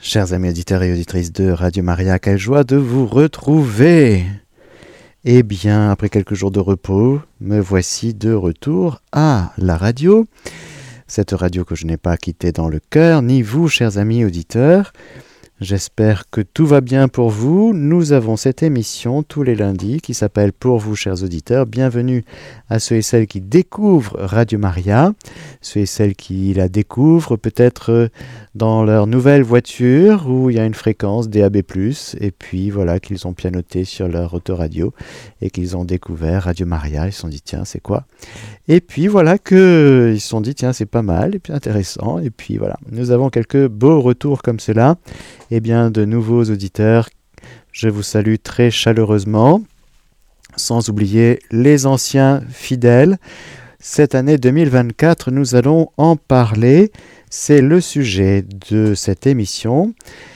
Chers amis auditeurs et auditrices de Radio Maria, quelle joie de vous retrouver! Eh bien, après quelques jours de repos, me voici de retour à la radio. Cette radio que je n'ai pas quittée dans le cœur, ni vous, chers amis auditeurs. J'espère que tout va bien pour vous. Nous avons cette émission tous les lundis qui s'appelle Pour vous, chers auditeurs. Bienvenue à ceux et celles qui découvrent Radio Maria, ceux et celles qui la découvrent peut-être dans leur nouvelle voiture où il y a une fréquence DAB+, et puis voilà qu'ils ont pianoté sur leur autoradio et qu'ils ont découvert Radio Maria. Ils se sont dit tiens, c'est quoi? Et puis voilà qu'ils se sont dit tiens, c'est pas mal et puis intéressant. Et puis voilà, nous avons quelques beaux retours comme cela. Eh bien, de nouveaux auditeurs, je vous salue très chaleureusement, sans oublier les anciens fidèles. Cette année 2024, nous allons en parler. C'est le sujet de cette émission.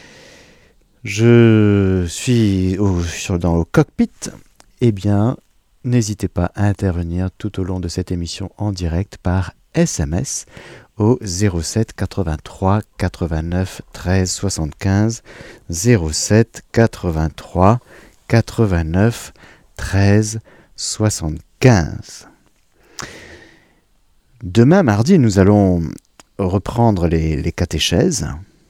Je suis dans le cockpit. Eh bien, n'hésitez pas à intervenir tout au long de cette émission en direct par SMS au 07 83 89 13 75 07 83 89 13 75. Demain, mardi, nous allons reprendre les catéchèses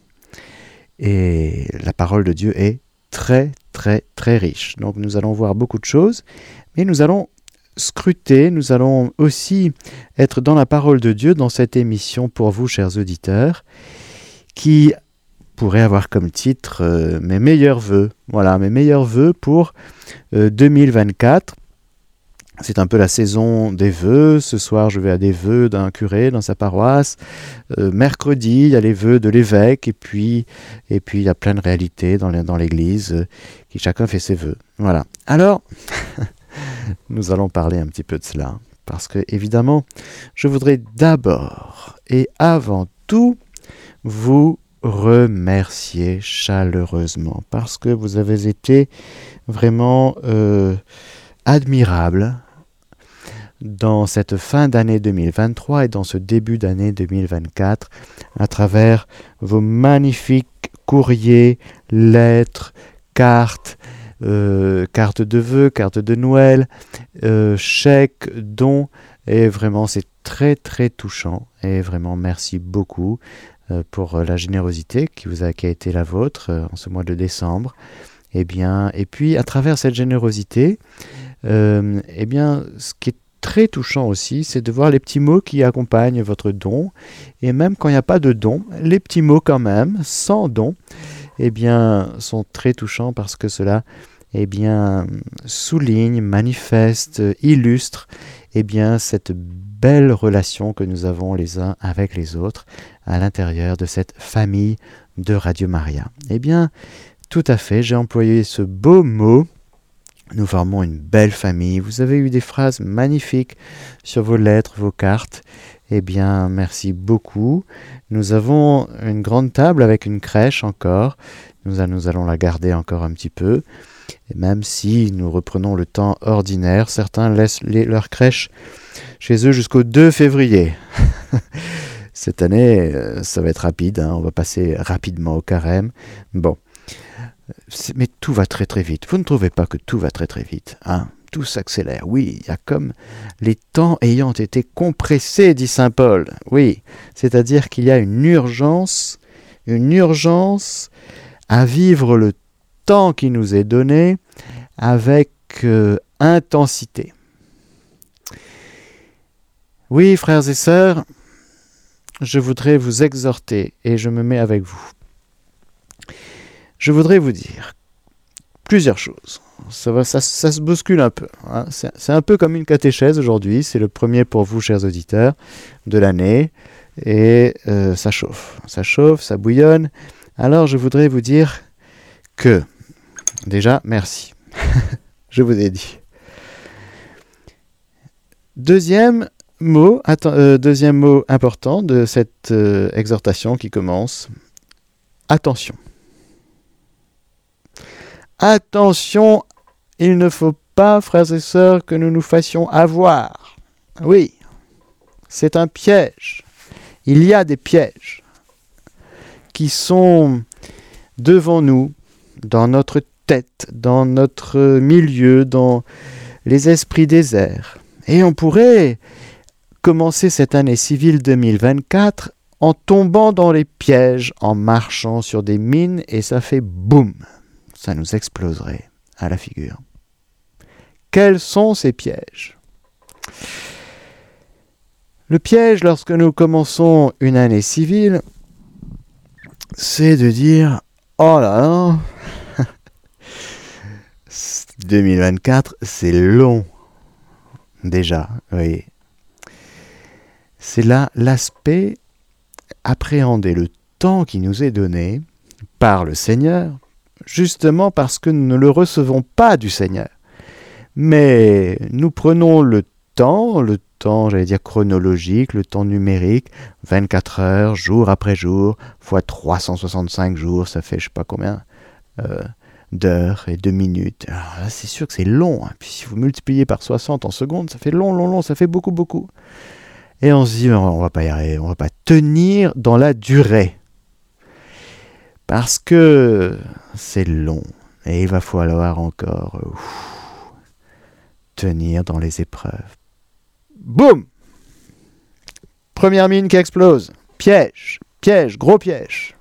et la parole de Dieu est très, très, très riche. Donc nous allons voir beaucoup de choses, mais nous allons scruter, nous allons aussi être dans la parole de Dieu dans cette émission pour vous, chers auditeurs, qui pourrait avoir comme titre mes meilleurs vœux. Voilà, mes meilleurs vœux pour 2024. C'est un peu la saison des vœux. Ce soir, je vais à des vœux d'un curé dans sa paroisse. Mercredi, il y a les vœux de l'évêque. Et puis il y a plein de réalités dans l'église qui chacun fait ses vœux. Voilà. Alors, nous allons parler un petit peu de cela. Parce que, évidemment, je voudrais d'abord et avant tout vous remercier chaleureusement. Parce que vous avez été vraiment admirables dans cette fin d'année 2023 et dans ce début d'année 2024 à travers vos magnifiques courriers, lettres, cartes de vœux, cartes de Noël, chèques, dons, et vraiment c'est très très touchant et vraiment merci beaucoup pour la générosité qui a été la vôtre en ce mois de décembre. Et puis à travers cette générosité, ce qui est très touchant aussi, c'est de voir les petits mots qui accompagnent votre don. Et même quand il n'y a pas de don, les petits mots quand même, sans don, sont très touchants parce que cela, souligne, manifeste, illustre, cette belle relation que nous avons les uns avec les autres à l'intérieur de cette famille de Radio Maria. Tout à fait, j'ai employé ce beau mot. Nous formons une belle famille. Vous avez eu des phrases magnifiques sur vos lettres, vos cartes. Merci beaucoup. Nous avons une grande table avec une crèche encore. Nous allons la garder encore un petit peu. Et même si nous reprenons le temps ordinaire, certains laissent leur crèche chez eux jusqu'au 2 février. Cette année, ça va être rapide. On va passer rapidement au carême. Bon. Mais tout va très très vite. Vous ne trouvez pas que tout va très très vite, Tout s'accélère. Oui, il y a comme les temps ayant été compressés, dit saint Paul. Oui, c'est-à-dire qu'il y a une urgence à vivre le temps qui nous est donné avec intensité. Oui, frères et sœurs, je voudrais vous exhorter et je me mets avec vous. Je voudrais vous dire plusieurs choses. Ça se bouscule un peu. C'est un peu comme une catéchèse aujourd'hui. C'est le premier pour vous, chers auditeurs, de l'année. Et ça chauffe, ça bouillonne. Alors, je voudrais vous dire que, déjà, merci. Je vous ai dit. Deuxième mot important de cette exhortation qui commence. Attention. Attention, il ne faut pas, frères et sœurs, que nous nous fassions avoir. Oui, c'est un piège. Il y a des pièges qui sont devant nous, dans notre tête, dans notre milieu, dans les esprits déserts. Et on pourrait commencer cette année civile 2024 en tombant dans les pièges, en marchant sur des mines, et ça fait boum, ça nous exploserait à la figure. Quels sont ces pièges ? Le piège, lorsque nous commençons une année civile, c'est de dire « Oh là là, 2024, c'est long. » Déjà, oui. C'est là l'aspect appréhender le temps qui nous est donné par le Seigneur, justement parce que nous ne le recevons pas du Seigneur. Mais nous prenons le temps, j'allais dire chronologique, le temps numérique, 24 heures, jour après jour, fois 365 jours, ça fait je ne sais pas combien d'heures et de minutes. Alors là, c'est sûr que c'est long. Hein. Puis si vous multipliez par 60 en secondes, ça fait long, ça fait beaucoup. Et on se dit, on ne va pas y arriver, on ne va pas tenir dans la durée. Parce que c'est long. Et il va falloir encore tenir dans les épreuves. Boum! Première mine qui explose. Piège, gros piège.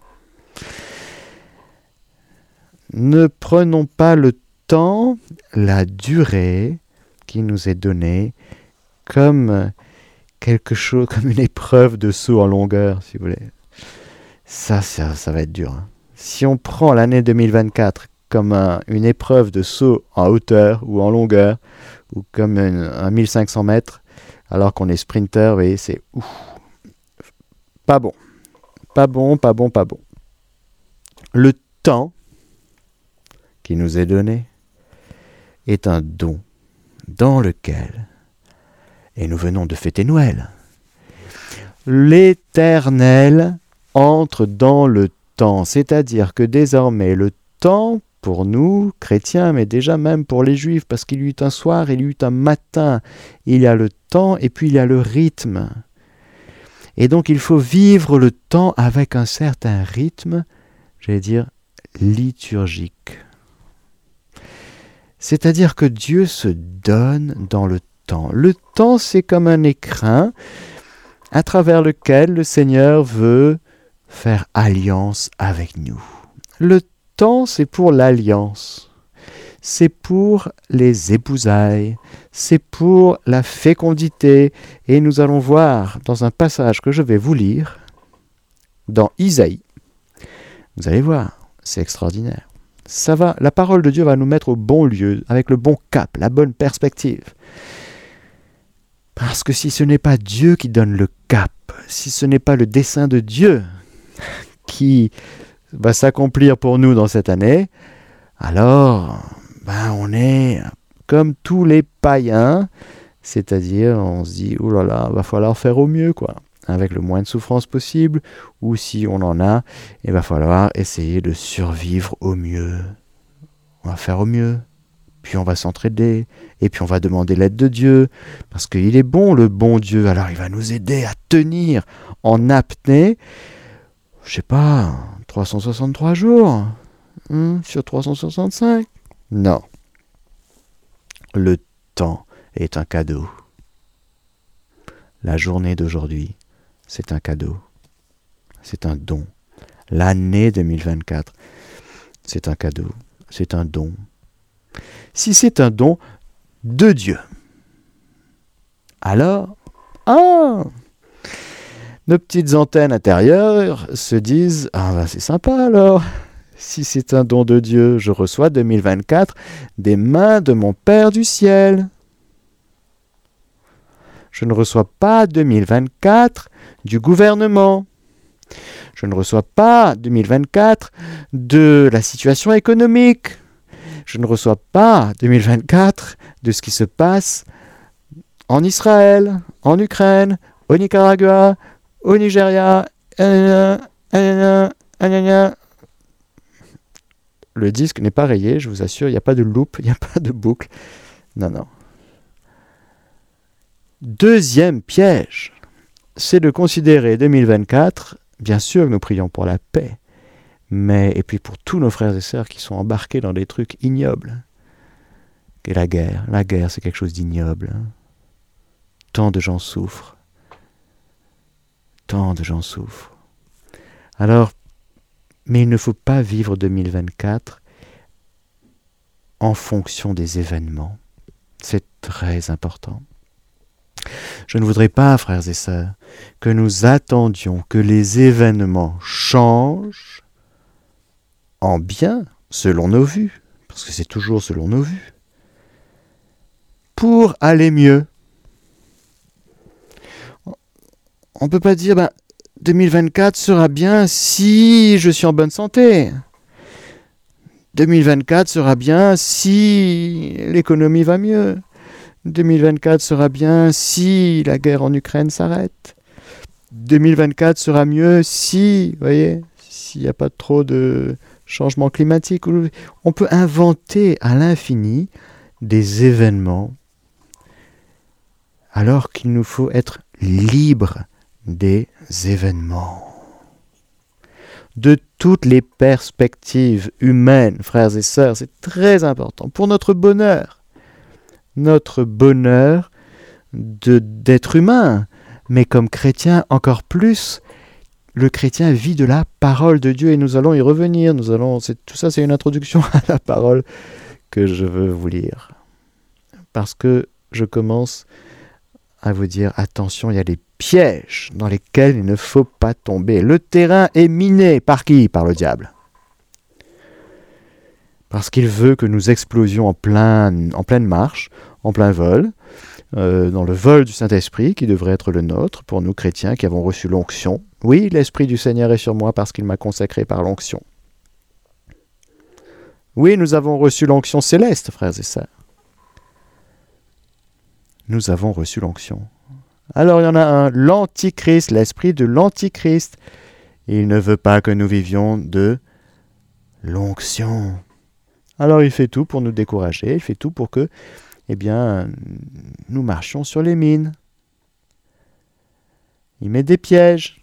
Ne prenons pas le temps, la durée qui nous est donnée comme quelque chose, comme une épreuve de saut en longueur, si vous voulez. Ça va être dur. Hein. Si on prend l'année 2024 comme une épreuve de saut en hauteur ou en longueur, ou comme un 1500 mètres, alors qu'on est sprinter, vous voyez, c'est pas bon. Pas bon. Le temps qui nous est donné est un don dans lequel, et nous venons de fêter Noël, l'Éternel entre dans le temps, c'est-à-dire que désormais le temps pour nous, chrétiens, mais déjà même pour les juifs, parce qu'il y eut un soir, il y eut un matin, il y a le temps et puis il y a le rythme. Et donc il faut vivre le temps avec un certain rythme, j'allais dire liturgique. C'est-à-dire que Dieu se donne dans le temps. Le temps, c'est comme un écrin à travers lequel le Seigneur veut faire alliance avec nous. Le temps, c'est pour l'alliance. C'est pour les épousailles. C'est pour la fécondité. Et nous allons voir dans un passage que je vais vous lire, dans Isaïe. Vous allez voir, c'est extraordinaire. La parole de Dieu va nous mettre au bon lieu, avec le bon cap, la bonne perspective. Parce que si ce n'est pas Dieu qui donne le cap, si ce n'est pas le dessein de Dieu qui va s'accomplir pour nous dans cette année, alors on est comme tous les païens, c'est-à-dire on se dit, oh là là, va falloir faire au mieux, quoi, avec le moins de souffrance possible, ou si on en a, il va falloir essayer de survivre au mieux. On va faire au mieux, puis on va s'entraider, et puis on va demander l'aide de Dieu, parce qu'il est bon, le bon Dieu, alors il va nous aider à tenir en apnée, je sais pas, 363 jours, sur 365. Non. Le temps est un cadeau. La journée d'aujourd'hui, c'est un cadeau. C'est un don. L'année 2024, c'est un cadeau. C'est un don. Si c'est un don de Dieu, alors, nos petites antennes intérieures se disent, c'est sympa alors. Si c'est un don de Dieu, je reçois 2024 des mains de mon Père du ciel. Je ne reçois pas 2024 du gouvernement. Je ne reçois pas 2024 de la situation économique. Je ne reçois pas 2024 de ce qui se passe en Israël, en Ukraine, au Nicaragua, au Nigeria. Le disque n'est pas rayé, je vous assure, il n'y a pas de loop, il n'y a pas de boucle. Non. Deuxième piège, c'est de considérer 2024, bien sûr que nous prions pour la paix, et puis pour tous nos frères et sœurs qui sont embarqués dans des trucs ignobles. Et la guerre c'est quelque chose d'ignoble. Tant de gens souffrent. Alors, mais il ne faut pas vivre 2024 en fonction des événements. C'est très important. Je ne voudrais pas, frères et sœurs, que nous attendions que les événements changent en bien, selon nos vues, parce que c'est toujours selon nos vues, pour aller mieux. On ne peut pas dire, 2024 sera bien si je suis en bonne santé. 2024 sera bien si l'économie va mieux. 2024 sera bien si la guerre en Ukraine s'arrête. 2024 sera mieux si, vous voyez, s'il n'y a pas trop de changement climatique. On peut inventer à l'infini des événements alors qu'il nous faut être libres des événements. De toutes les perspectives humaines, frères et sœurs, c'est très important pour notre bonheur d'être humain, mais comme chrétien encore plus, le chrétien vit de la parole de Dieu et nous allons y revenir. Tout ça, c'est une introduction à la parole que je veux vous lire. Parce que je commence à vous dire, attention, il y a des pièges dans lesquels il ne faut pas tomber. Le terrain est miné par qui ? Par le diable. Parce qu'il veut que nous explosions en pleine marche, en plein vol, dans le vol du Saint-Esprit qui devrait être le nôtre pour nous chrétiens qui avons reçu l'onction. Oui, l'Esprit du Seigneur est sur moi parce qu'il m'a consacré par l'onction. Oui, nous avons reçu l'onction céleste, frères et sœurs. Nous avons reçu l'onction. Alors il y en a un, l'Antichrist, l'esprit de l'Antichrist. Il ne veut pas que nous vivions de l'onction. Alors il fait tout pour nous décourager, il fait tout pour que, nous marchions sur les mines. Il met des pièges.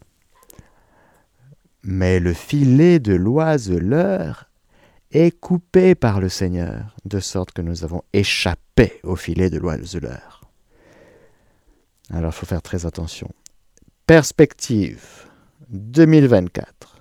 Mais le filet de l'oiseleur est coupé par le Seigneur, de sorte que nous avons échappé au filet de l'oiseleur. Alors, il faut faire très attention. Perspective 2024.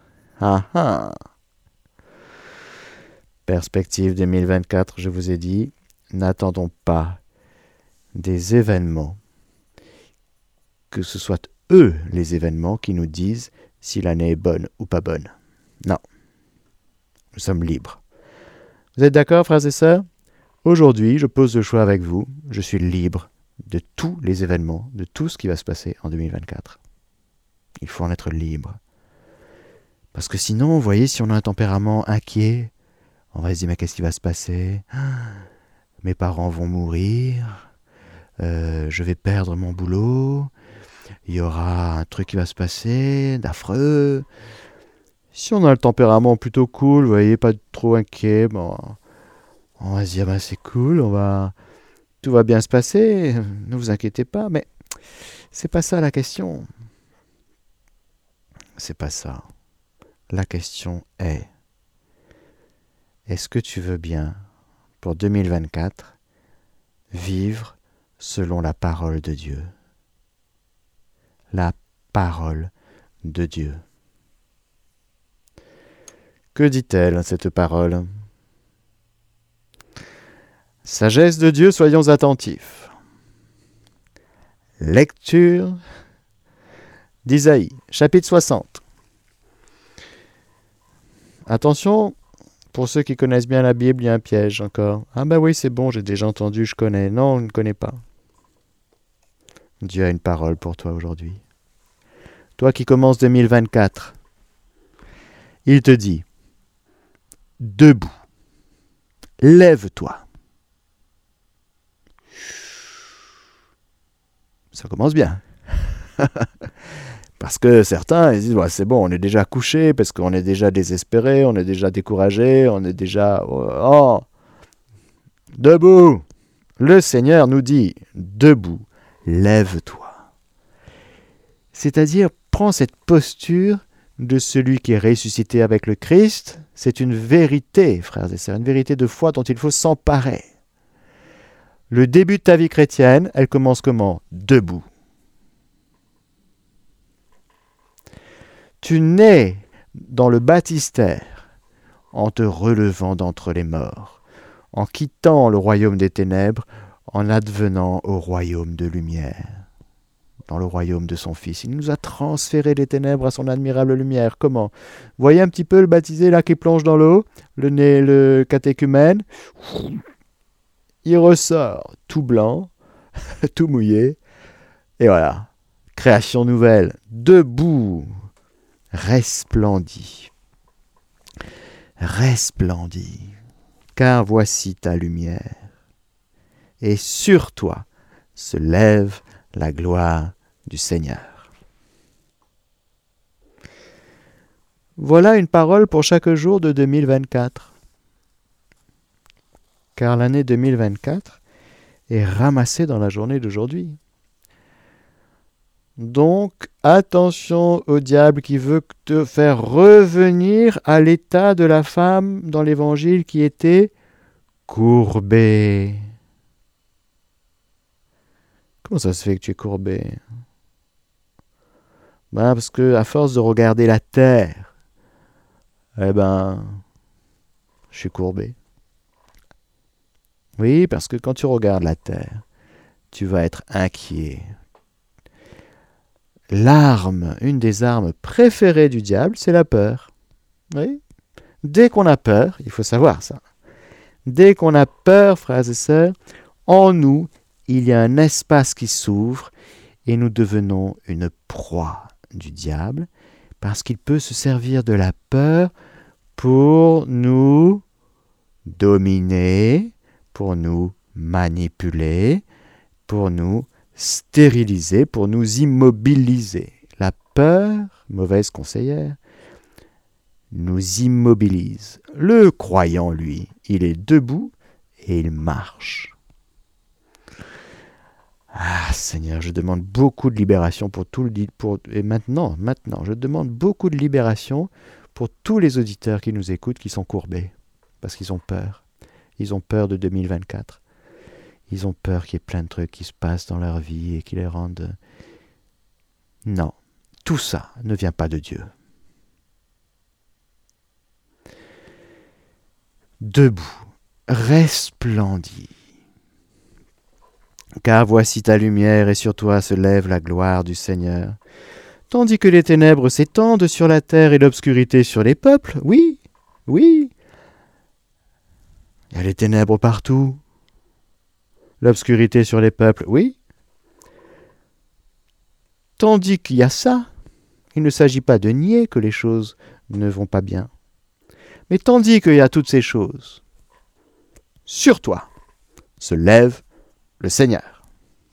Perspective 2024, je vous ai dit, n'attendons pas des événements, que ce soit eux les événements qui nous disent si l'année est bonne ou pas bonne. Non. Nous sommes libres. Vous êtes d'accord, frères et sœurs ? Aujourd'hui, je pose le choix avec vous. Je suis libre de tous les événements, de tout ce qui va se passer en 2024. Il faut en être libre. Parce que sinon, vous voyez, si on a un tempérament inquiet, on va se dire, mais qu'est-ce qui va se passer ? Mes parents vont mourir, je vais perdre mon boulot, il y aura un truc qui va se passer, d'affreux. Si on a le tempérament plutôt cool, vous voyez, pas trop inquiet, on va se dire, c'est cool, tout va bien se passer, ne vous inquiétez pas, mais c'est pas ça la question. C'est pas ça. La question est, est-ce que tu veux bien, pour 2024, vivre selon la parole de Dieu ? La parole de Dieu. Que dit-elle, cette parole ? Sagesse de Dieu, soyons attentifs. Lecture d'Isaïe, chapitre 60. Attention, pour ceux qui connaissent bien la Bible, il y a un piège encore. Ah oui, c'est bon, j'ai déjà entendu, je connais. Non, on ne connaît pas. Dieu a une parole pour toi aujourd'hui. Toi qui commences 2024, il te dit, debout, lève-toi. Ça commence bien. Parce que certains, ils disent, c'est bon, on est déjà couché, parce qu'on est déjà désespéré, on est déjà découragé, on est déjà... Debout. Le Seigneur nous dit, debout, lève-toi. C'est-à-dire, prends cette posture de celui qui est ressuscité avec le Christ, c'est une vérité, frères et sœurs, une vérité de foi dont il faut s'emparer. Le début de ta vie chrétienne, elle commence comment? Debout. Tu nais dans le baptistère en te relevant d'entre les morts, en quittant le royaume des ténèbres, en advenant au royaume de lumière, dans le royaume de son Fils. Il nous a transféré les ténèbres à son admirable lumière. Comment? Voyez un petit peu le baptisé là qui plonge dans l'eau, le catéchumène, il ressort tout blanc, tout mouillé, et voilà, création nouvelle, debout, resplendit, car voici ta lumière, et sur toi se lève la gloire du Seigneur. Voilà une parole pour chaque jour de 2024. Car l'année 2024 est ramassée dans la journée d'aujourd'hui. Donc, attention au diable qui veut te faire revenir à l'état de la femme dans l'évangile qui était courbée. Comment ça se fait que tu es courbé? Parce que à force de regarder la terre, je suis courbé. Oui, parce que quand tu regardes la terre, tu vas être inquiet. Une des armes préférées du diable, c'est la peur. Oui. Dès qu'on a peur, il faut savoir ça. Dès qu'on a peur, frères et sœurs, en nous, il y a un espace qui s'ouvre et nous devenons une proie du diable parce qu'il peut se servir de la peur pour nous dominer, pour nous manipuler, pour nous stériliser, pour nous immobiliser. La peur, mauvaise conseillère, nous immobilise. Le croyant, lui, il est debout et il marche. Ah Seigneur, je demande beaucoup de libération et maintenant, je demande beaucoup de libération pour tous les auditeurs qui nous écoutent, qui sont courbés, parce qu'ils ont peur. Ils ont peur de 2024. Ils ont peur qu'il y ait plein de trucs qui se passent dans leur vie et qui les rendent... Non, tout ça ne vient pas de Dieu. Debout, resplendis. Car voici ta lumière et sur toi se lève la gloire du Seigneur. Tandis que les ténèbres s'étendent sur la terre et l'obscurité sur les peuples, oui, il y a les ténèbres partout. L'obscurité sur les peuples, oui. Tandis qu'il y a ça, il ne s'agit pas de nier que les choses ne vont pas bien. Mais tandis qu'il y a toutes ces choses, sur toi se lève le Seigneur.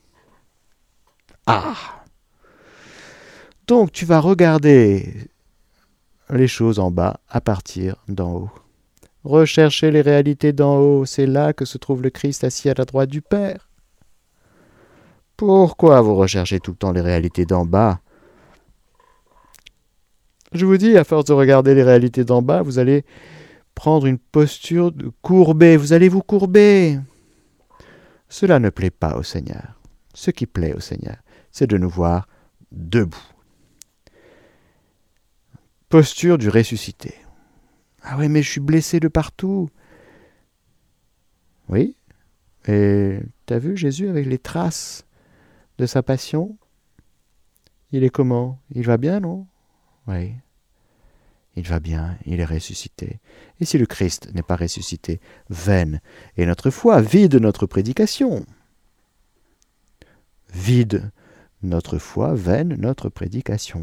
Ah! Donc tu vas regarder les choses en bas à partir d'en haut. Recherchez les réalités d'en haut, c'est là que se trouve le Christ assis à la droite du Père. Pourquoi vous recherchez tout le temps les réalités d'en bas? Je vous dis, à force de regarder les réalités d'en bas, vous allez prendre une posture de courbée, vous allez vous courber. Cela ne plaît pas au Seigneur. Ce qui plaît au Seigneur, c'est de nous voir debout. Posture du ressuscité. Ah ouais, mais je suis blessé de partout. Oui. Et t'as vu Jésus avec les traces de sa passion? Il est comment? Il va bien, non? Oui. Il va bien, il est ressuscité. Et si le Christ n'est pas ressuscité, vaine est notre foi, vide notre prédication. Vide notre foi, vaine notre prédication.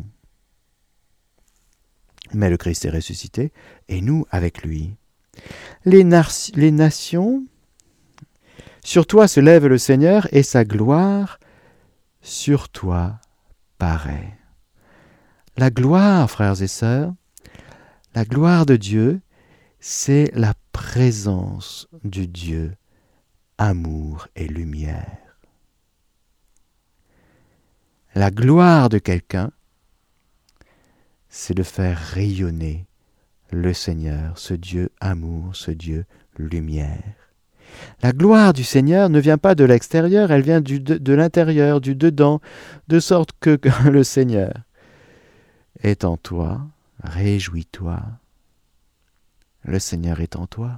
Mais le Christ est ressuscité, et nous avec lui. Les nations, sur toi se lève le Seigneur, et sa gloire sur toi paraît. La gloire, frères et sœurs, la gloire de Dieu, c'est la présence du Dieu, amour et lumière. La gloire de quelqu'un, c'est de faire rayonner le Seigneur, ce Dieu amour, ce Dieu lumière. La gloire du Seigneur ne vient pas de l'extérieur, elle vient de l'intérieur, du dedans, de sorte que le Seigneur est en toi, réjouis-toi. Le Seigneur est en toi.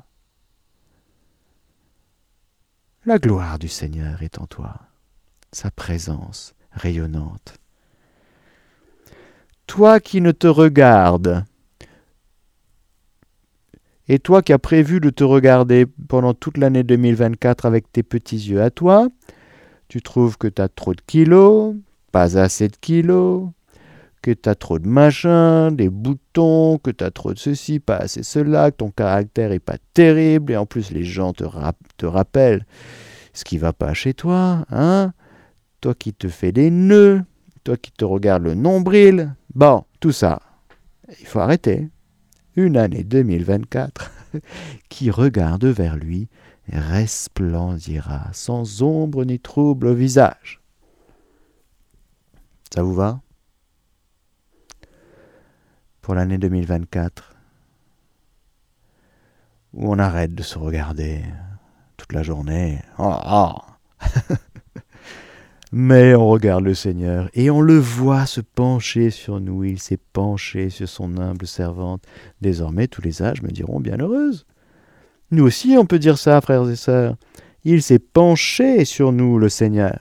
La gloire du Seigneur est en toi, sa présence rayonnante. Toi qui ne te regardes, et toi qui as prévu de te regarder pendant toute l'année 2024 avec tes petits yeux à toi, tu trouves que tu as trop de kilos, pas assez de kilos, que tu as trop de machins, des boutons, que tu as trop de ceci, pas assez cela, que ton caractère est pas terrible, et en plus les gens te rappellent ce qui va pas chez toi, hein? Toi qui te fais des nœuds, toi qui te regardes le nombril, bon, tout ça, il faut arrêter. Une année 2024 qui regarde vers lui resplendira sans ombre ni trouble au visage. Ça vous va? Pour l'année 2024, où on arrête de se regarder toute la journée. Mais on regarde le Seigneur et on le voit se pencher sur nous. Il s'est penché sur son humble servante. Désormais, tous les âges me diront bienheureuse. Nous aussi, on peut dire ça, frères et sœurs. Il s'est penché sur nous, le Seigneur.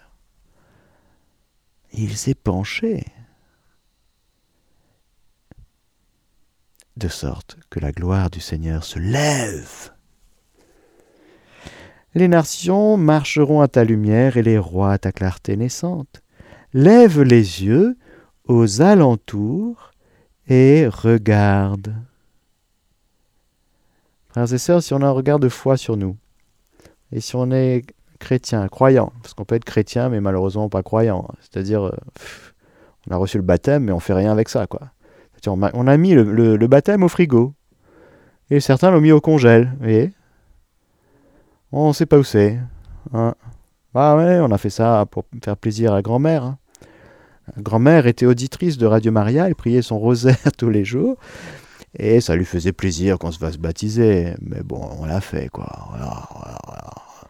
Il s'est penché. De sorte que la gloire du Seigneur se lève. Les nations marcheront à ta lumière et les rois à ta clarté naissante. Lève les yeux aux alentours et regarde. Frères et sœurs, si on a un regard de foi sur nous, et si on est chrétien, croyant, parce qu'on peut être chrétien mais malheureusement pas croyant, c'est-à-dire on a reçu le baptême mais on fait rien avec ça, quoi. C'est-à-dire, on a mis le baptême au frigo, et certains l'ont mis au congèle, vous voyez. On ne sait pas où c'est. Hein. Ah ouais, on a fait ça pour faire plaisir à grand-mère. Hein. Grand-mère était auditrice de Radio Maria, elle priait son rosaire tous les jours, et ça lui faisait plaisir qu'on se fasse baptiser. Mais bon, on l'a fait, quoi. Voilà.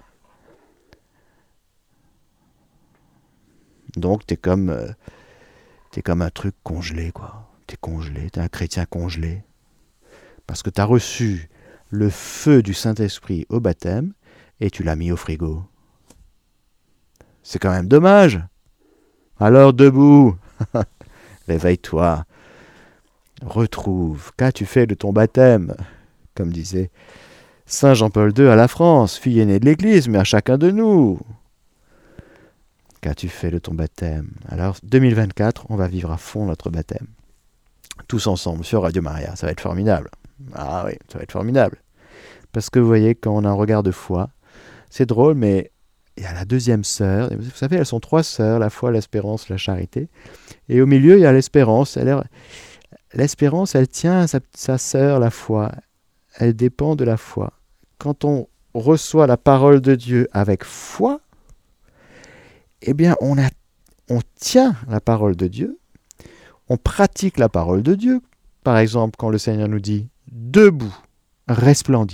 Donc t'es comme un truc congelé, quoi. T'es congelé, t'es un chrétien congelé. Parce que t'as reçu le feu du Saint-Esprit au baptême, et tu l'as mis au frigo. C'est quand même dommage. Alors debout, réveille-toi, retrouve, qu'as-tu fait de ton baptême? Comme disait Saint Jean-Paul II à la France, fille aînée de l'Église, mais à chacun de nous. Qu'as-tu fait de ton baptême? Alors 2024, on va vivre à fond notre baptême. Tous ensemble sur Radio Maria, ça va être formidable. Ah oui, ça va être formidable. Parce que vous voyez, quand on a un regard de foi, c'est drôle, mais il y a la deuxième sœur. Vous savez, elles sont trois sœurs, la foi, l'espérance, la charité. Et au milieu, il y a l'espérance. L'espérance, elle tient à sa sœur, la foi. Elle dépend de la foi. Quand on reçoit la parole de Dieu avec foi, eh bien, on tient la parole de Dieu. On pratique la parole de Dieu. Par exemple, quand le Seigneur nous dit « Debout, resplendis ».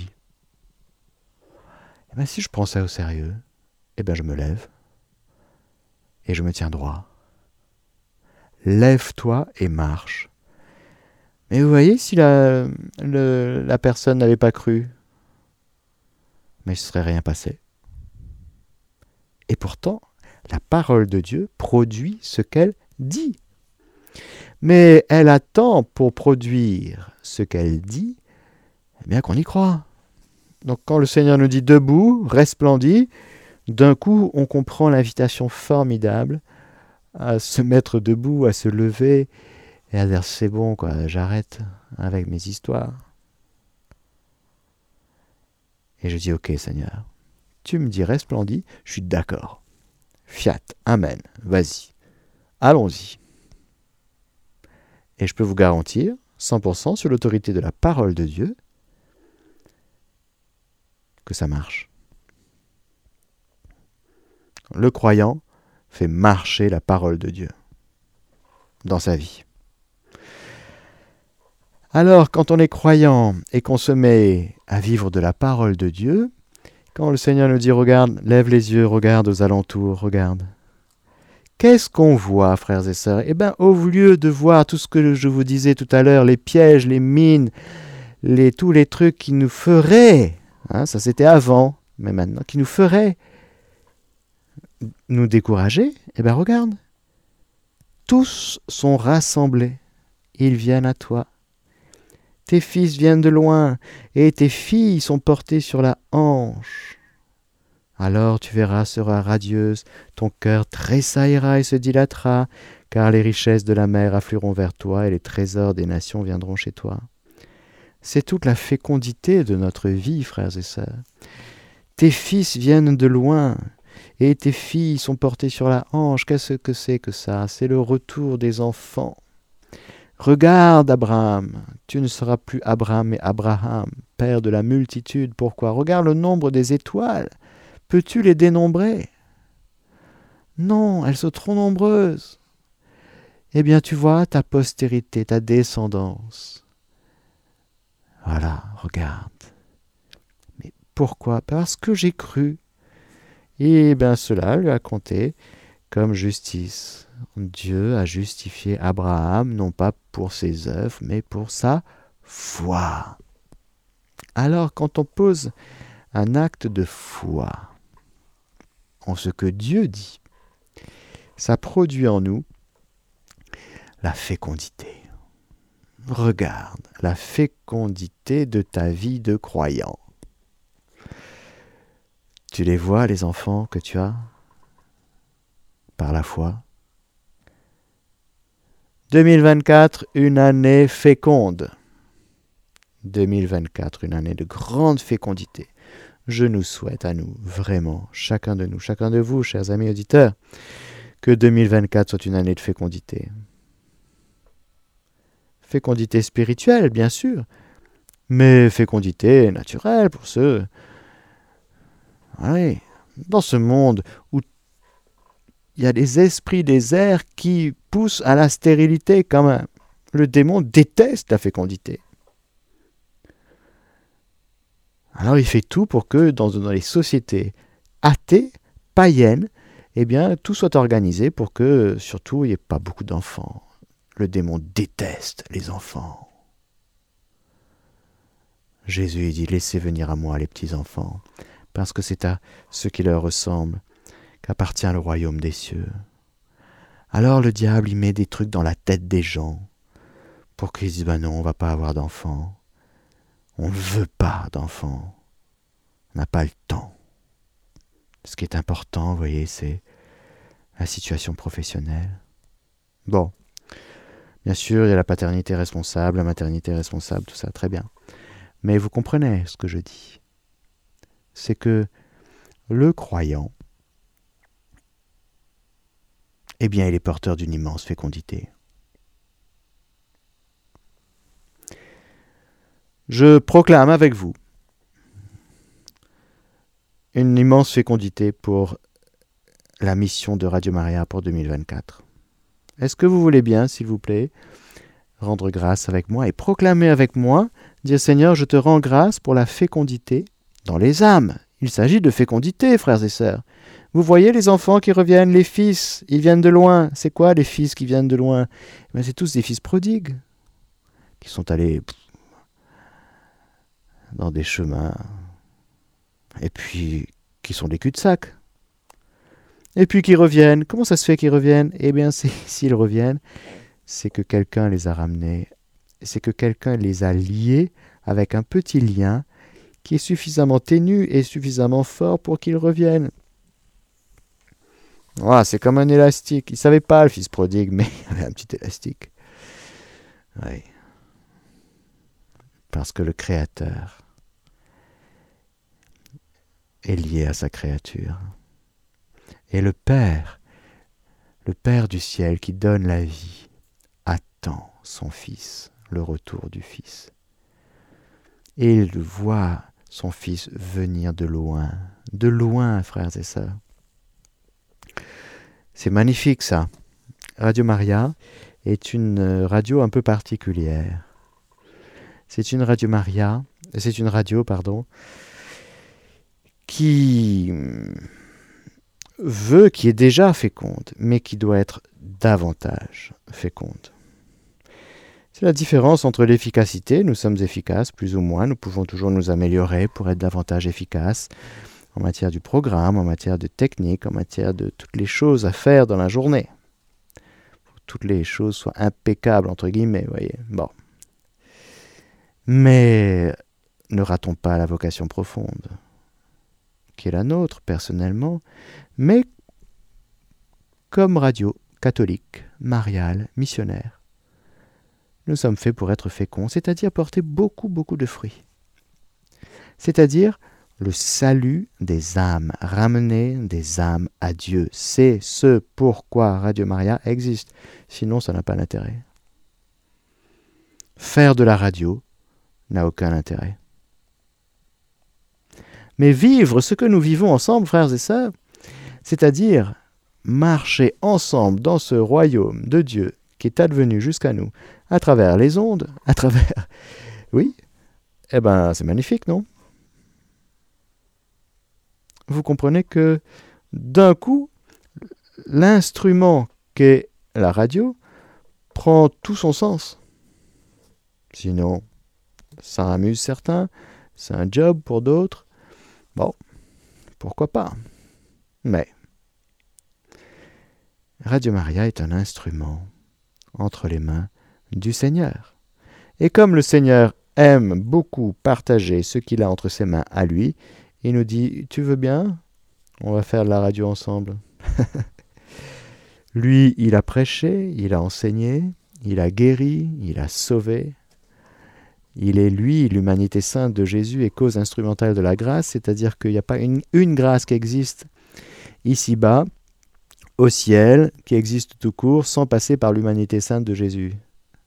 Eh bien, si je prends ça au sérieux, eh bien, je me lève et je me tiens droit. Lève-toi et marche. Mais vous voyez, si la personne n'avait pas cru, mais il ne serait rien passé. Et pourtant, la parole de Dieu produit ce qu'elle dit. Mais elle attend pour produire ce qu'elle dit, eh bien qu'on y croit. Donc quand le Seigneur nous dit debout, resplendis, d'un coup on comprend l'invitation formidable à se mettre debout, à se lever et à dire c'est bon, quoi, j'arrête avec mes histoires. Et je dis ok Seigneur, tu me dis resplendis, je suis d'accord. Fiat, amen, vas-y, allons-y. Et je peux vous garantir, 100% sur l'autorité de la parole de Dieu, que ça marche. Le croyant fait marcher la parole de Dieu dans sa vie. Alors, quand on est croyant et qu'on se met à vivre de la parole de Dieu, quand le Seigneur nous dit « Regarde, lève les yeux, regarde aux alentours, regarde ». Qu'est-ce qu'on voit, frères et sœurs? Eh bien, au lieu de voir tout ce que je vous disais tout à l'heure, les pièges, les mines, tous les trucs qui nous feraient, ça c'était avant, mais maintenant, qui nous feraient nous décourager, eh bien regarde, tous sont rassemblés, ils viennent à toi. Tes fils viennent de loin, et tes filles sont portées sur la hanche. Alors tu verras, sera radieuse, ton cœur tressaillera et se dilatera, car les richesses de la mer afflueront vers toi, et les trésors des nations viendront chez toi. C'est toute la fécondité de notre vie, frères et sœurs. Tes fils viennent de loin, et tes filles sont portées sur la hanche. Qu'est-ce que c'est que ça? C'est le retour des enfants. Regarde, Abraham, tu ne seras plus Abraham mais Abraham, père de la multitude. Pourquoi? Regarde le nombre des étoiles. Peux-tu les dénombrer? Non, elles sont trop nombreuses. Eh bien, tu vois, ta postérité, ta descendance. Voilà, regarde. Mais pourquoi? Parce que j'ai cru. Et bien, cela lui a compté comme justice. Dieu a justifié Abraham, non pas pour ses œuvres, mais pour sa foi. Alors, quand on pose un acte de foi en ce que Dieu dit, ça produit en nous la fécondité. Regarde la fécondité de ta vie de croyant. Tu les vois, les enfants que tu as, par la foi. 2024, une année féconde. 2024, une année de grande fécondité. Je nous souhaite à nous, vraiment, chacun de nous, chacun de vous, chers amis auditeurs, que 2024 soit une année de fécondité. Fécondité spirituelle, bien sûr, mais fécondité naturelle pour ceux... Oui, dans ce monde où il y a des esprits des airs qui poussent à la stérilité quand même. Le démon déteste la fécondité. Alors il fait tout pour que dans les sociétés athées, païennes, eh bien, tout soit organisé pour que, surtout, il n'y ait pas beaucoup d'enfants. Le démon déteste les enfants. Jésus dit, laissez venir à moi les petits enfants, parce que c'est à ceux qui leur ressemblent qu'appartient le royaume des cieux. Alors le diable, il met des trucs dans la tête des gens pour qu'ils disent, ben non, on ne va pas avoir d'enfants. On ne veut pas d'enfants. On n'a pas le temps. Ce qui est important, vous voyez, c'est la situation professionnelle. Bon, bien sûr, il y a la paternité responsable, la maternité responsable, tout ça, très bien. Mais vous comprenez ce que je dis. C'est que le croyant, eh bien, il est porteur d'une immense fécondité. Je proclame avec vous une immense fécondité pour la mission de Radio Maria pour 2024. Est-ce que vous voulez bien, s'il vous plaît, rendre grâce avec moi et proclamer avec moi, dire Seigneur, je te rends grâce pour la fécondité dans les âmes. Il s'agit de fécondité, frères et sœurs. Vous voyez les enfants qui reviennent, les fils, ils viennent de loin. C'est quoi les fils qui viennent de loin? C'est tous des fils prodigues qui sont allés dans des chemins et puis qui sont des cul-de-sac. Et puis qui reviennent. Comment ça se fait qu'ils reviennent? Eh bien, s'ils reviennent, c'est que quelqu'un les a ramenés. C'est que quelqu'un les a liés avec un petit lien qui est suffisamment ténu et suffisamment fort pour qu'ils reviennent. Voilà, c'est comme un élastique. Il ne savait pas, le fils prodigue, mais il avait un petit élastique. Oui. Parce que le Créateur est lié à sa créature. Et le Père du ciel qui donne la vie, attend son Fils, le retour du Fils. Et il voit son Fils venir de loin, frères et sœurs. C'est magnifique ça. Radio Maria est une radio un peu particulière. C'est une radio qui qui est déjà féconde, mais qui doit être davantage féconde. C'est la différence entre l'efficacité. Nous sommes efficaces, plus ou moins. Nous pouvons toujours nous améliorer pour être davantage efficaces en matière du programme, en matière de technique, en matière de toutes les choses à faire dans la journée. Pour que toutes les choses soient impeccables, entre guillemets, voyez. Bon. Mais ne ratons pas la vocation profonde, qui est la nôtre, personnellement, mais comme radio catholique, mariale, missionnaire. Nous sommes faits pour être féconds, c'est-à-dire porter beaucoup, beaucoup de fruits. C'est-à-dire le salut des âmes, ramener des âmes à Dieu. C'est ce pourquoi Radio Maria existe. Sinon, ça n'a pas d'intérêt. Faire de la radio n'a aucun intérêt. Mais vivre ce que nous vivons ensemble, frères et sœurs, c'est-à-dire marcher ensemble dans ce royaume de Dieu qui est advenu jusqu'à nous, à travers les ondes, Oui, c'est magnifique, non? Vous comprenez que, d'un coup, l'instrument qu'est la radio prend tout son sens. Sinon, ça amuse certains, c'est un job pour d'autres. Bon, pourquoi pas? Mais Radio Maria est un instrument entre les mains du Seigneur. Et comme le Seigneur aime beaucoup partager ce qu'il a entre ses mains à lui, il nous dit, tu veux bien? On va faire de la radio ensemble. Lui, il a prêché, il a enseigné, il a guéri, il a sauvé. Il est, lui, l'humanité sainte de Jésus et cause instrumentale de la grâce, c'est-à-dire qu'il n'y a pas une grâce qui existe ici-bas, au ciel, qui existe tout court, sans passer par l'humanité sainte de Jésus.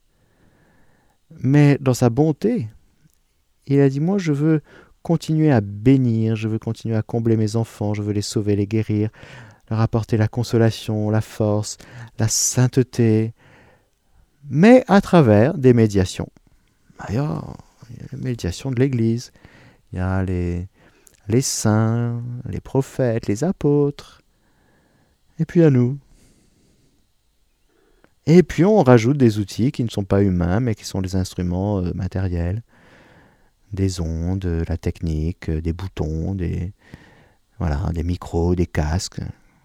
Mais dans sa bonté, il a dit, moi je veux continuer à bénir, je veux continuer à combler mes enfants, je veux les sauver, les guérir, leur apporter la consolation, la force, la sainteté, mais à travers des médiations. D'ailleurs, il y a les médiations de l'Église, il y a les saints, les prophètes, les apôtres, et puis à nous. Et puis on rajoute des outils qui ne sont pas humains, mais qui sont des instruments matériels, des ondes, la technique, des boutons, des micros, des casques.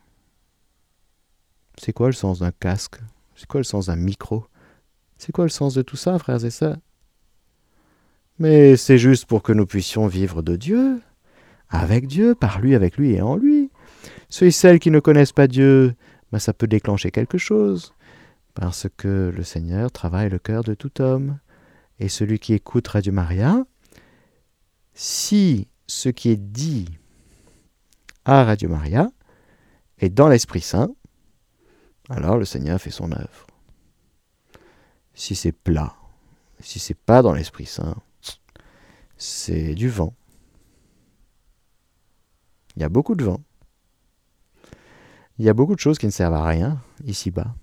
C'est quoi le sens d'un casque? C'est quoi le sens d'un micro? C'est quoi le sens de tout ça, frères et sœurs? Mais c'est juste pour que nous puissions vivre de Dieu, avec Dieu, par lui, avec lui et en lui. Ceux et celles qui ne connaissent pas Dieu, ça peut déclencher quelque chose, parce que le Seigneur travaille le cœur de tout homme. Et celui qui écoute Radio Maria, si ce qui est dit à Radio Maria est dans l'Esprit Saint, alors le Seigneur fait son œuvre. Si c'est plat, si c'est pas dans l'Esprit Saint, c'est du vent. Il y a beaucoup de vent. Il y a beaucoup de choses qui ne servent à rien ici-bas.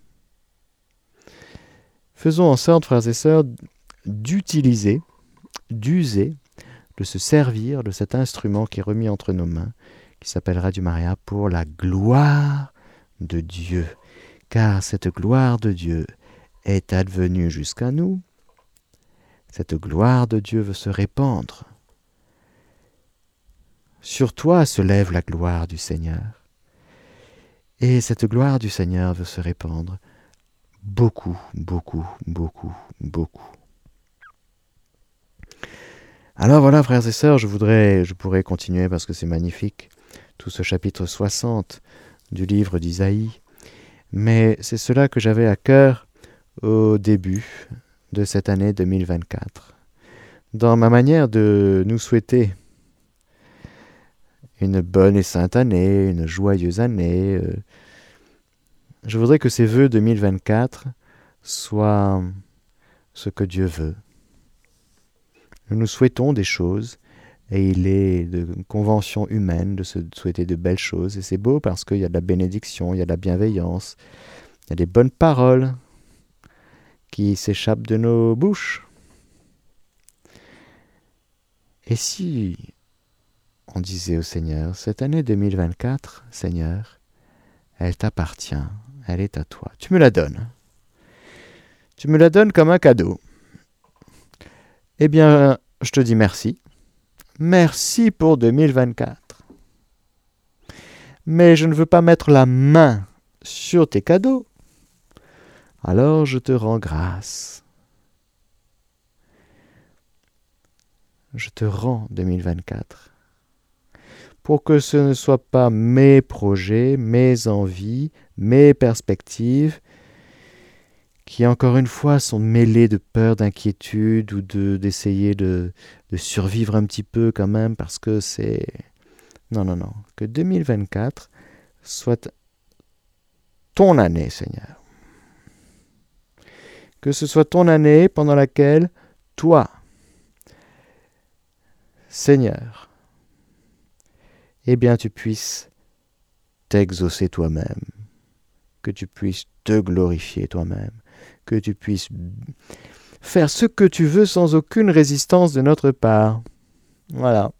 Faisons en sorte, frères et sœurs, d'user, de se servir de cet instrument qui est remis entre nos mains, qui s'appelle Radio Maria, pour la gloire de Dieu. Car cette gloire de Dieu est advenue jusqu'à nous. Cette gloire de Dieu veut se répandre. Sur toi se lève la gloire du Seigneur. Et cette gloire du Seigneur veut se répandre beaucoup, beaucoup, beaucoup, beaucoup. Alors voilà, frères et sœurs, je pourrais continuer parce que c'est magnifique, tout ce chapitre 60 du livre d'Isaïe. Mais c'est cela que j'avais à cœur au début de cette année 2024. Dans ma manière de nous souhaiter une bonne et sainte année, une joyeuse année, je voudrais que ces vœux 2024 soient ce que Dieu veut. Nous nous souhaitons des choses, et il est de convention humaine de se souhaiter de belles choses. Et c'est beau parce qu'il y a de la bénédiction, il y a de la bienveillance, il y a des bonnes paroles qui s'échappent de nos bouches. Et si on disait au Seigneur, cette année 2024, Seigneur, elle t'appartient, elle est à toi. Tu me la donnes. Tu me la donnes comme un cadeau. Eh bien, je te dis merci. Merci pour 2024. Mais je ne veux pas mettre la main sur tes cadeaux. Alors je te rends grâce. Je te rends 2024. Pour que ce ne soit pas mes projets, mes envies, mes perspectives, qui encore une fois sont mêlés de peur, d'inquiétude ou d'essayer de survivre un petit peu quand même parce que c'est... Non. Que 2024 soit ton année, Seigneur. Que ce soit ton année pendant laquelle toi, Seigneur, eh bien tu puisses t'exaucer toi-même, que tu puisses te glorifier toi-même, que tu puisses faire ce que tu veux sans aucune résistance de notre part. Voilà.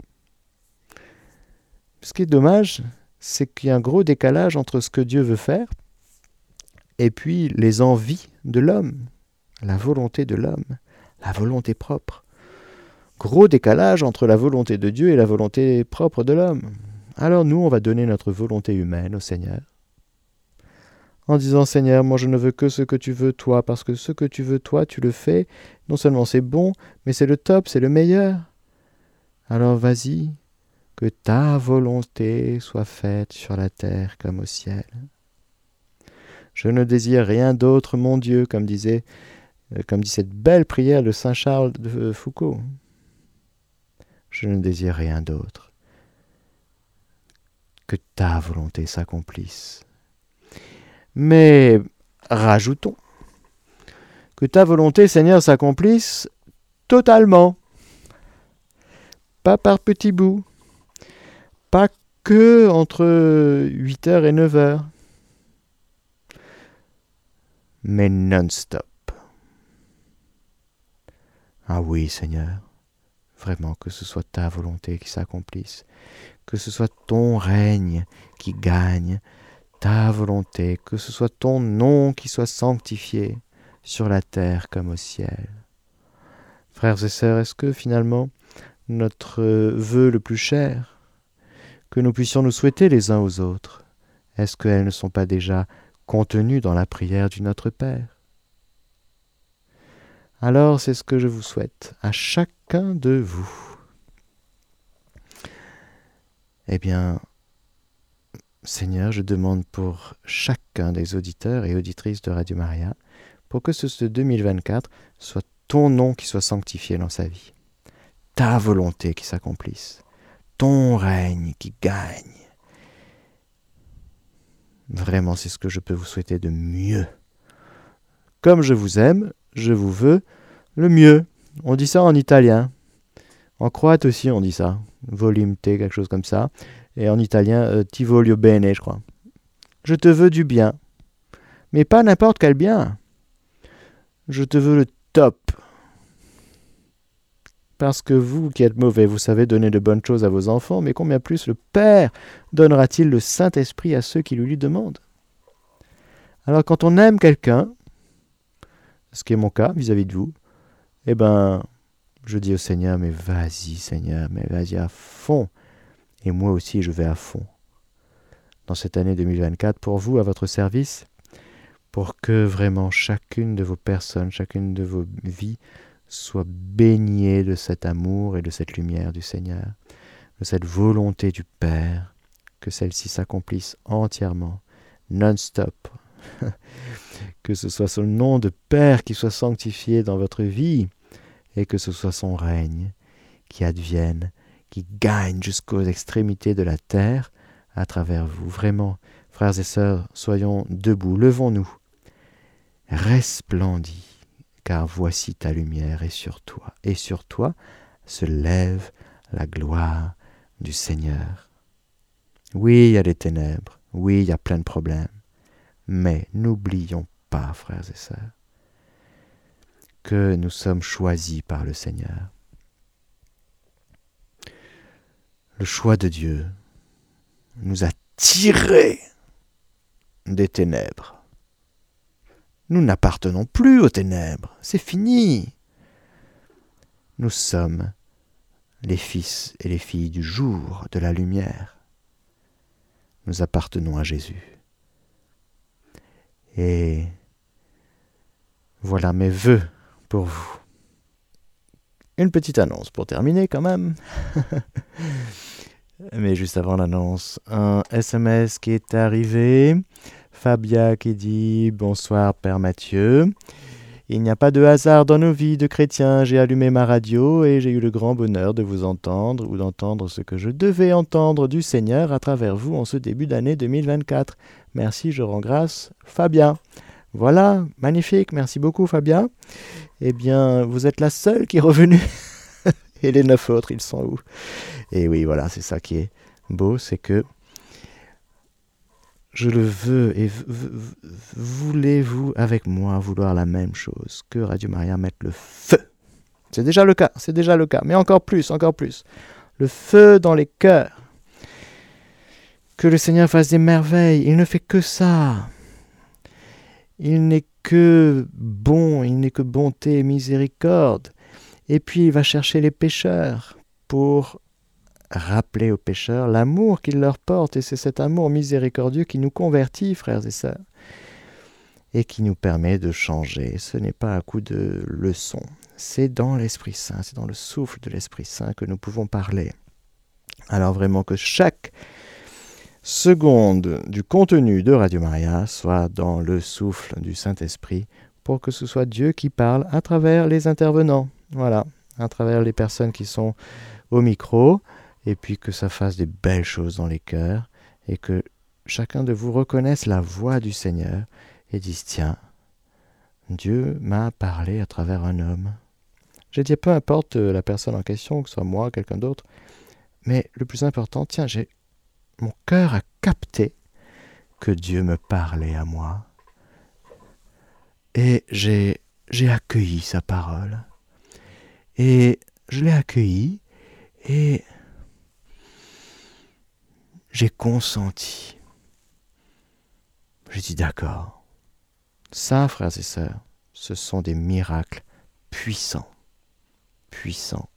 Ce qui est dommage, c'est qu'il y a un gros décalage entre ce que Dieu veut faire et puis les envies de l'homme, la volonté de l'homme, la volonté propre. Gros décalage entre la volonté de Dieu et la volonté propre de l'homme. Alors nous, on va donner notre volonté humaine au Seigneur, en disant, Seigneur, moi je ne veux que ce que tu veux toi, parce que ce que tu veux toi, tu le fais. Non seulement c'est bon, mais c'est le top, c'est le meilleur. Alors vas-y, que ta volonté soit faite sur la terre comme au ciel. Je ne désire rien d'autre, mon Dieu, comme dit cette belle prière de Saint Charles de Foucault. Je ne désire rien d'autre. Que ta volonté s'accomplisse. Mais rajoutons que ta volonté, Seigneur, s'accomplisse totalement. Pas par petits bouts. Pas que entre 8h et 9h. Mais non-stop. Ah oui, Seigneur, vraiment que ce soit ta volonté qui s'accomplisse. Que ce soit ton règne qui gagne. Ta volonté, que ce soit ton nom qui soit sanctifié sur la terre comme au ciel. Frères et sœurs, est-ce que finalement notre vœu le plus cher, que nous puissions nous souhaiter les uns aux autres, est-ce qu'elles ne sont pas déjà contenues dans la prière du Notre Père? Alors c'est ce que je vous souhaite à chacun de vous. Eh bien, Seigneur, je demande pour chacun des auditeurs et auditrices de Radio Maria, pour que ce 2024 soit ton nom qui soit sanctifié dans sa vie, ta volonté qui s'accomplisse, ton règne qui gagne. Vraiment, c'est ce que je peux vous souhaiter de mieux. Comme je vous aime, je vous veux le mieux. On dit ça en italien. En croate aussi, on dit ça. Volume T, quelque chose comme ça. Et en italien, ti voglio bene, je crois. Je te veux du bien. Mais pas n'importe quel bien. Je te veux le top. Parce que vous qui êtes mauvais, vous savez donner de bonnes choses à vos enfants, mais combien plus le Père donnera-t-il le Saint-Esprit à ceux qui lui demandent? Alors quand on aime quelqu'un, ce qui est mon cas vis-à-vis de vous, eh ben, je dis au Seigneur, mais vas-y Seigneur, mais vas-y à fond. Et moi aussi, je vais à fond dans cette année 2024 pour vous, à votre service, pour que vraiment chacune de vos personnes, chacune de vos vies soit baignée de cet amour et de cette lumière du Seigneur, de cette volonté du Père, que celle-ci s'accomplisse entièrement, non-stop. Que ce soit son nom de Père qui soit sanctifié dans votre vie et que ce soit son règne qui advienne, qui gagne jusqu'aux extrémités de la terre à travers vous. Vraiment, frères et sœurs, soyons debout, levons-nous, resplendis, car voici ta lumière est sur toi, et sur toi se lève la gloire du Seigneur. Oui, il y a des ténèbres, oui, il y a plein de problèmes, mais n'oublions pas, frères et sœurs, que nous sommes choisis par le Seigneur. le choix de Dieu nous a tirés des ténèbres. Nous n'appartenons plus aux ténèbres, c'est fini. Nous sommes les fils et les filles du jour, de la lumière. Nous appartenons à Jésus. Et voilà mes vœux pour vous. Une petite annonce pour terminer quand même. Mais juste avant l'annonce, un SMS qui est arrivé. Fabia qui dit « Bonsoir Père Mathieu. Il n'y a pas de hasard dans nos vies de chrétiens. J'ai allumé ma radio et j'ai eu le grand bonheur de vous entendre ou d'entendre ce que je devais entendre du Seigneur à travers vous en ce début d'année 2024. Merci, je rends grâce. Fabia. » Voilà, magnifique. Merci beaucoup Fabia. Eh bien, vous êtes la seule qui est revenue. Et les 9 autres, ils sont où? Et oui, voilà, c'est ça qui est beau, c'est que je le veux et voulez-vous avec moi vouloir la même chose, que Radio Maria mette le feu. C'est déjà le cas, mais encore plus. Le feu dans les cœurs. Que le Seigneur fasse des merveilles, il ne fait que ça. Il n'est que bon, il n'est que bonté et miséricorde. Et puis il va chercher les pécheurs pour rappeler aux pécheurs l'amour qu'il leur porte. Et c'est cet amour miséricordieux qui nous convertit, frères et sœurs, et qui nous permet de changer. Ce n'est pas à coup de leçons. C'est dans l'Esprit Saint, c'est dans le souffle de l'Esprit Saint que nous pouvons parler. Alors vraiment que chaque seconde du contenu de Radio Maria soit dans le souffle du Saint-Esprit pour que ce soit Dieu qui parle à travers les intervenants. Voilà, à travers les personnes qui sont au micro, et puis que ça fasse des belles choses dans les cœurs, et que chacun de vous reconnaisse la voix du Seigneur et dise « Tiens, Dieu m'a parlé à travers un homme. » J'ai dit peu importe la personne en question, que ce soit moi, quelqu'un d'autre, mais le plus important, tiens, mon cœur a capté que Dieu me parlait à moi. Et j'ai accueilli sa parole. Et je l'ai accueilli et j'ai consenti. J'ai dit d'accord. Ça, frères et sœurs, ce sont des miracles puissants. Puissants.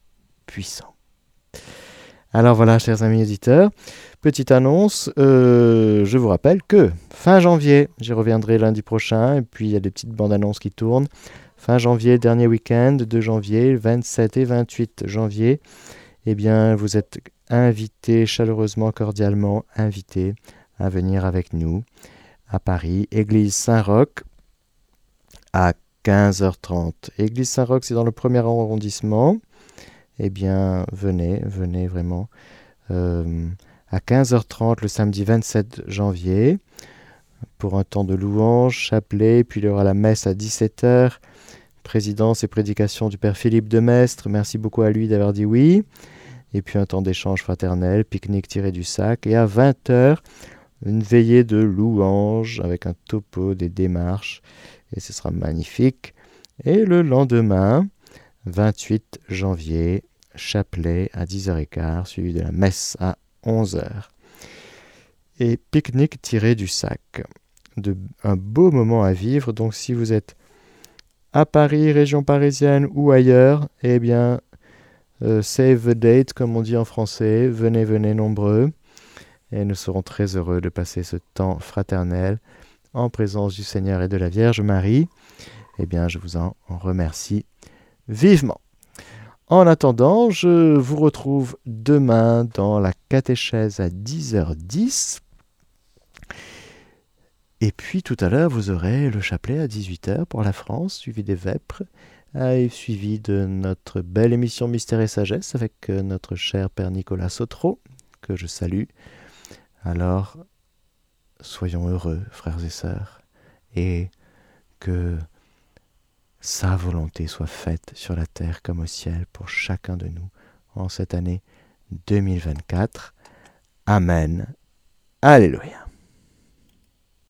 Alors voilà, chers amis auditeurs, petite annonce, je vous rappelle que fin janvier, j'y reviendrai lundi prochain, et puis il y a des petites bandes annonces qui tournent. Fin janvier, dernier week-end de janvier, 27 et 28 janvier, eh bien vous êtes invités, chaleureusement, cordialement invités à venir avec nous à Paris, église Saint-Roch, à 15h30. Église Saint-Roch, c'est dans le 1er arrondissement. Eh bien, venez vraiment à 15h30 le samedi 27 janvier pour un temps de louange, chapelet, puis il y aura la messe à 17h, présidence et prédication du Père Philippe de Maistre, merci beaucoup à lui d'avoir dit oui, et puis un temps d'échange fraternel, pique-nique tiré du sac, et à 20h, une veillée de louange avec un topo des démarches, et ce sera magnifique. Et le lendemain, 28 janvier, chapelet à 10h15, suivi de la messe à 11h. Et pique-nique tiré du sac. Un beau moment à vivre, donc si vous êtes à Paris, région parisienne ou ailleurs, eh bien, save the date, comme on dit en français, venez nombreux, et nous serons très heureux de passer ce temps fraternel en présence du Seigneur et de la Vierge Marie. Eh bien, je vous en remercie vivement. En attendant, je vous retrouve demain dans la catéchèse à 10h10. Et puis tout à l'heure, vous aurez le chapelet à 18h pour la France, suivi des vêpres, et suivi de notre belle émission Mystère et Sagesse avec notre cher Père Nicolas Sautreau, que je salue. Alors, soyons heureux, frères et sœurs, et que sa volonté soit faite sur la terre comme au ciel pour chacun de nous en cette année 2024. Amen. Alléluia.